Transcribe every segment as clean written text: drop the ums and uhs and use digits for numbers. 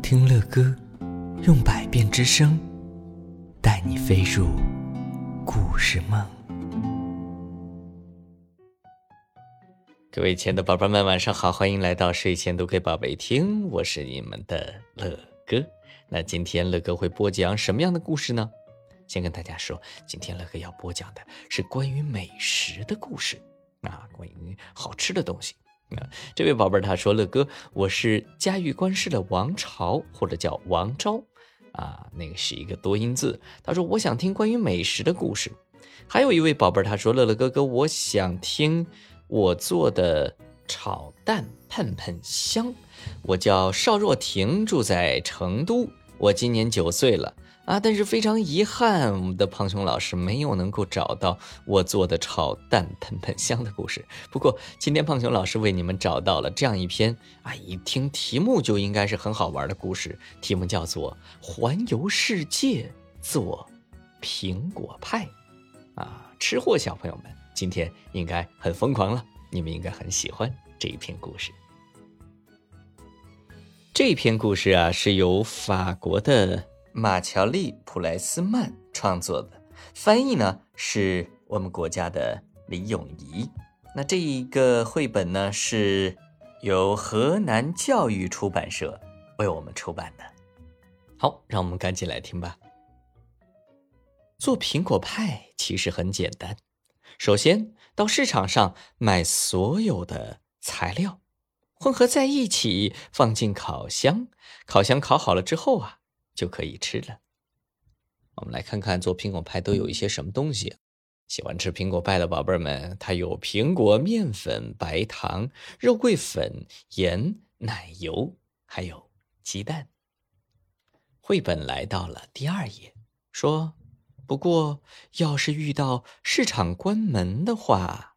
听乐歌，用百变之声带你飞入故事梦。各位亲爱的宝贝们，晚上好，欢迎来到睡前读给宝贝听，我是你们的乐哥。那今天乐哥会播讲什么样的故事呢？先跟大家说，今天乐哥要播讲的是关于美食的故事关于好吃的东西。这位宝贝他说，乐哥，我是嘉峪关市的王朝，或者叫王昭那个是一个多音字。他说我想听关于美食的故事。还有一位宝贝他说，乐乐哥哥，我想听我做的炒蛋喷喷香。我叫邵若婷，住在成都，我今年9岁了但是非常遗憾，我们的胖熊老师没有能够找到我做的炒蛋喷喷香的故事。不过今天胖熊老师为你们找到了这样一篇一听题目就应该是很好玩的故事，题目叫做环游世界做苹果派吃货小朋友们今天应该很疯狂了，你们应该很喜欢这一篇故事。这篇故事是由法国的马乔丽·普莱斯曼创作的，翻译呢是我们国家的李永怡。那这一个绘本呢是由河南教育出版社为我们出版的。好，让我们赶紧来听吧。做苹果派其实很简单，首先到市场上买所有的材料，混合在一起放进烤箱，烤箱烤好了之后就可以吃了。我们来看看做苹果派都有一些什么东西。喜欢吃苹果派的宝贝们，它有苹果、面粉、白糖、肉桂粉、盐、奶油，还有鸡蛋。绘本来到了第2页，说不过要是遇到市场关门的话，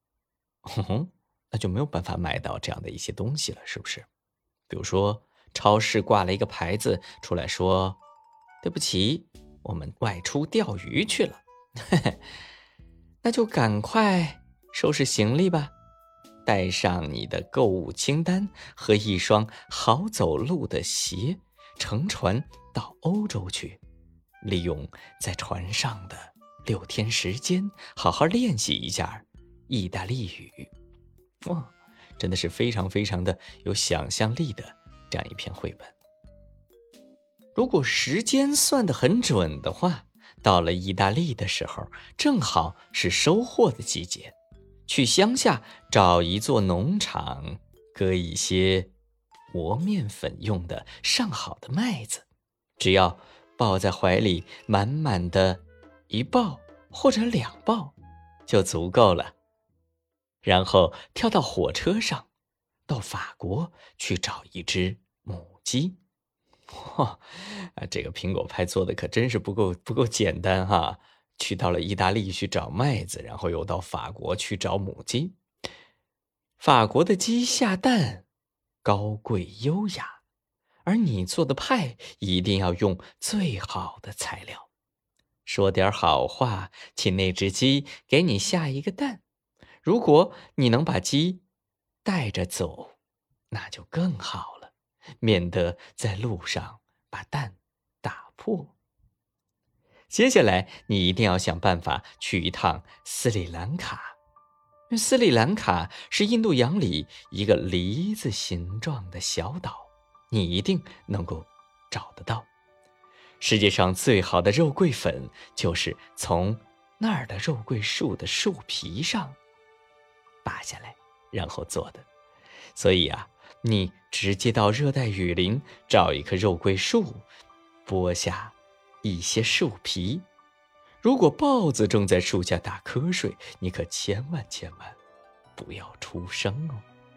那就没有办法买到这样的一些东西了，是不是？比如说超市挂了一个牌子出来说，对不起，我们外出钓鱼去了。那就赶快收拾行李吧，带上你的购物清单和一双好走路的鞋，乘船到欧洲去，利用在船上的6天时间好好练习一下意大利语。真的是非常非常的有想象力的这样一篇绘本。如果时间算得很准的话，到了意大利的时候正好是收获的季节，去乡下找一座农场，割一些磨面粉用的上好的麦子，只要抱在怀里满满的1抱或者2抱就足够了。然后跳到火车上，到法国去找一只母鸡。这个苹果派做的可真是不够简单去到了意大利去找麦子，然后又到法国去找母鸡。法国的鸡下蛋高贵优雅，而你做的派一定要用最好的材料。说点好话，请那只鸡给你下一个蛋。如果你能把鸡带着走，那就更好了，免得在路上把蛋打破。接下来你一定要想办法去一趟斯里兰卡，因为斯里兰卡是印度洋里一个梨子形状的小岛，你一定能够找得到。世界上最好的肉桂粉就是从那儿的肉桂树的树皮上拔下来然后做的。所以你直接到热带雨林找一棵肉桂树，剥下一些树皮。如果豹子正在树下打瞌睡，你可千万不要出声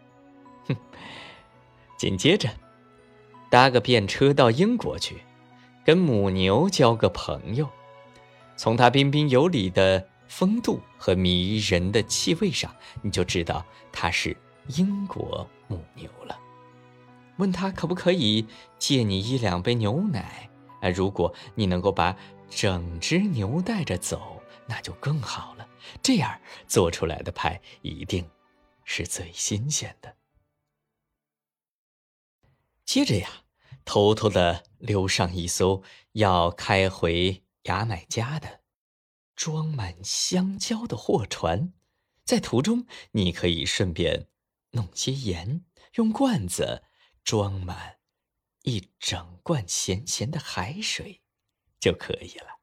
紧接着搭个便车到英国去，跟母牛交个朋友。从它彬彬有礼的风度和迷人的气味上，你就知道它是英国母牛了。问他可不可以借你1-2杯牛奶，如果你能够把整只牛带着走，那就更好了，这样做出来的派一定是最新鲜的。接着偷偷地溜上一艘要开回牙买加的装满香蕉的货船，在途中你可以顺便弄些盐，用罐子装满一整罐咸咸的海水就可以了。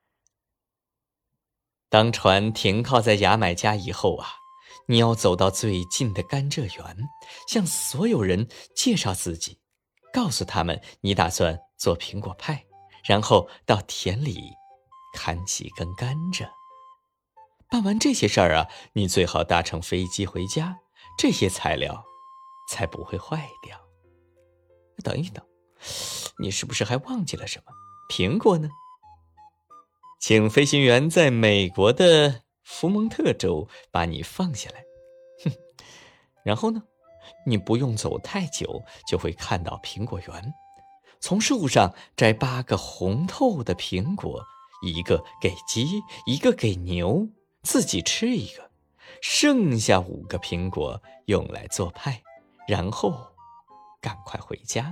当船停靠在牙买加以后啊，你要走到最近的甘蔗园，向所有人介绍自己，告诉他们你打算做苹果派，然后到田里砍几根甘蔗。办完这些事儿啊，你最好搭乘飞机回家，这些材料才不会坏掉。等一等，你是不是还忘记了什么？苹果呢？请飞行员在美国的福蒙特州把你放下来。然后呢，你不用走太久就会看到苹果园，从树上摘8个红透的苹果，一个给鸡，一个给牛，自己吃一个，剩下5个苹果用来做派，然后赶快回家。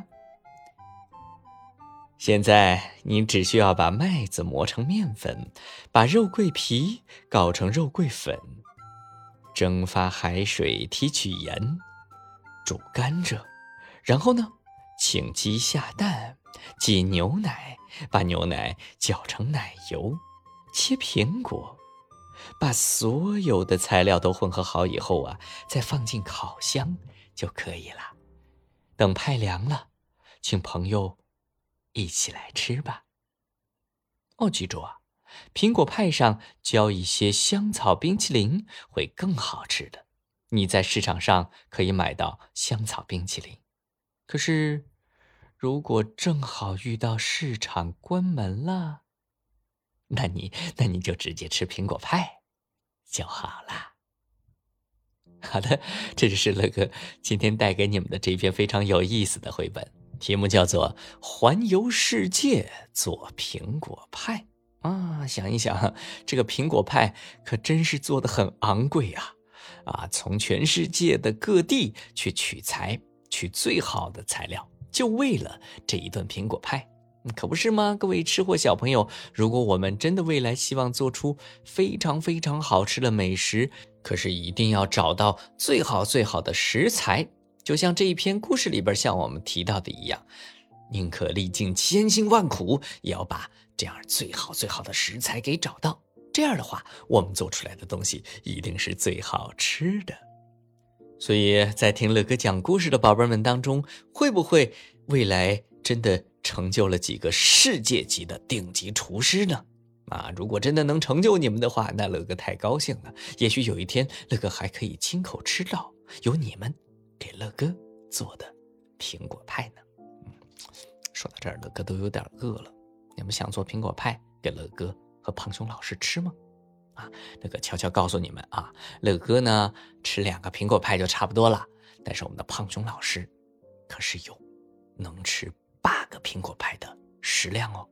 现在你只需要把麦子磨成面粉，把肉桂皮搞成肉桂粉，蒸发海水，提取盐，煮甘蔗，然后呢，请鸡下蛋，挤牛奶，把牛奶搅成奶油，切苹果，把所有的材料都混合好以后啊，再放进烤箱就可以了。等派凉了，请朋友一起来吃吧。哦，记住啊，苹果派上浇一些香草冰淇淋会更好吃的。你在市场上可以买到香草冰淇淋。可是，如果正好遇到市场关门了，那你就直接吃苹果派就好了。好的，这就是乐哥今天带给你们的这篇非常有意思的绘本，题目叫做《环游世界做苹果派》啊。想一想，这个苹果派可真是做得很昂贵啊！从全世界的各地去取材，取最好的材料，就为了这一顿苹果派。可不是吗？各位吃货小朋友，如果我们真的未来希望做出非常非常好吃的美食，可是一定要找到最好最好的食材，就像这一篇故事里边向我们提到的一样，宁可历尽千辛万苦，也要把这样最好最好的食材给找到。这样的话，我们做出来的东西一定是最好吃的。所以在听乐哥讲故事的宝贝们当中，会不会未来真的成就了几个世界级的顶级厨师呢？如果真的能成就你们的话，那乐哥太高兴了。也许有一天，乐哥还可以亲口吃到由你们给乐哥做的苹果派呢。说到这儿，乐哥都有点饿了。你们想做苹果派给乐哥和胖熊老师吃吗？乐哥悄悄告诉你们啊，乐哥呢吃2个苹果派就差不多了，但是我们的胖熊老师可是有能吃8个苹果派的食量哦。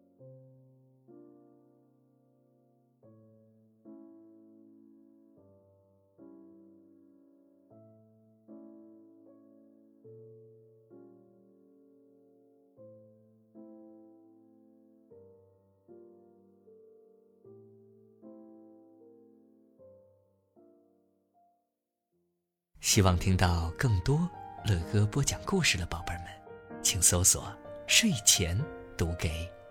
希望听到更多乐哥播讲故事的宝贝们，请搜索睡前读给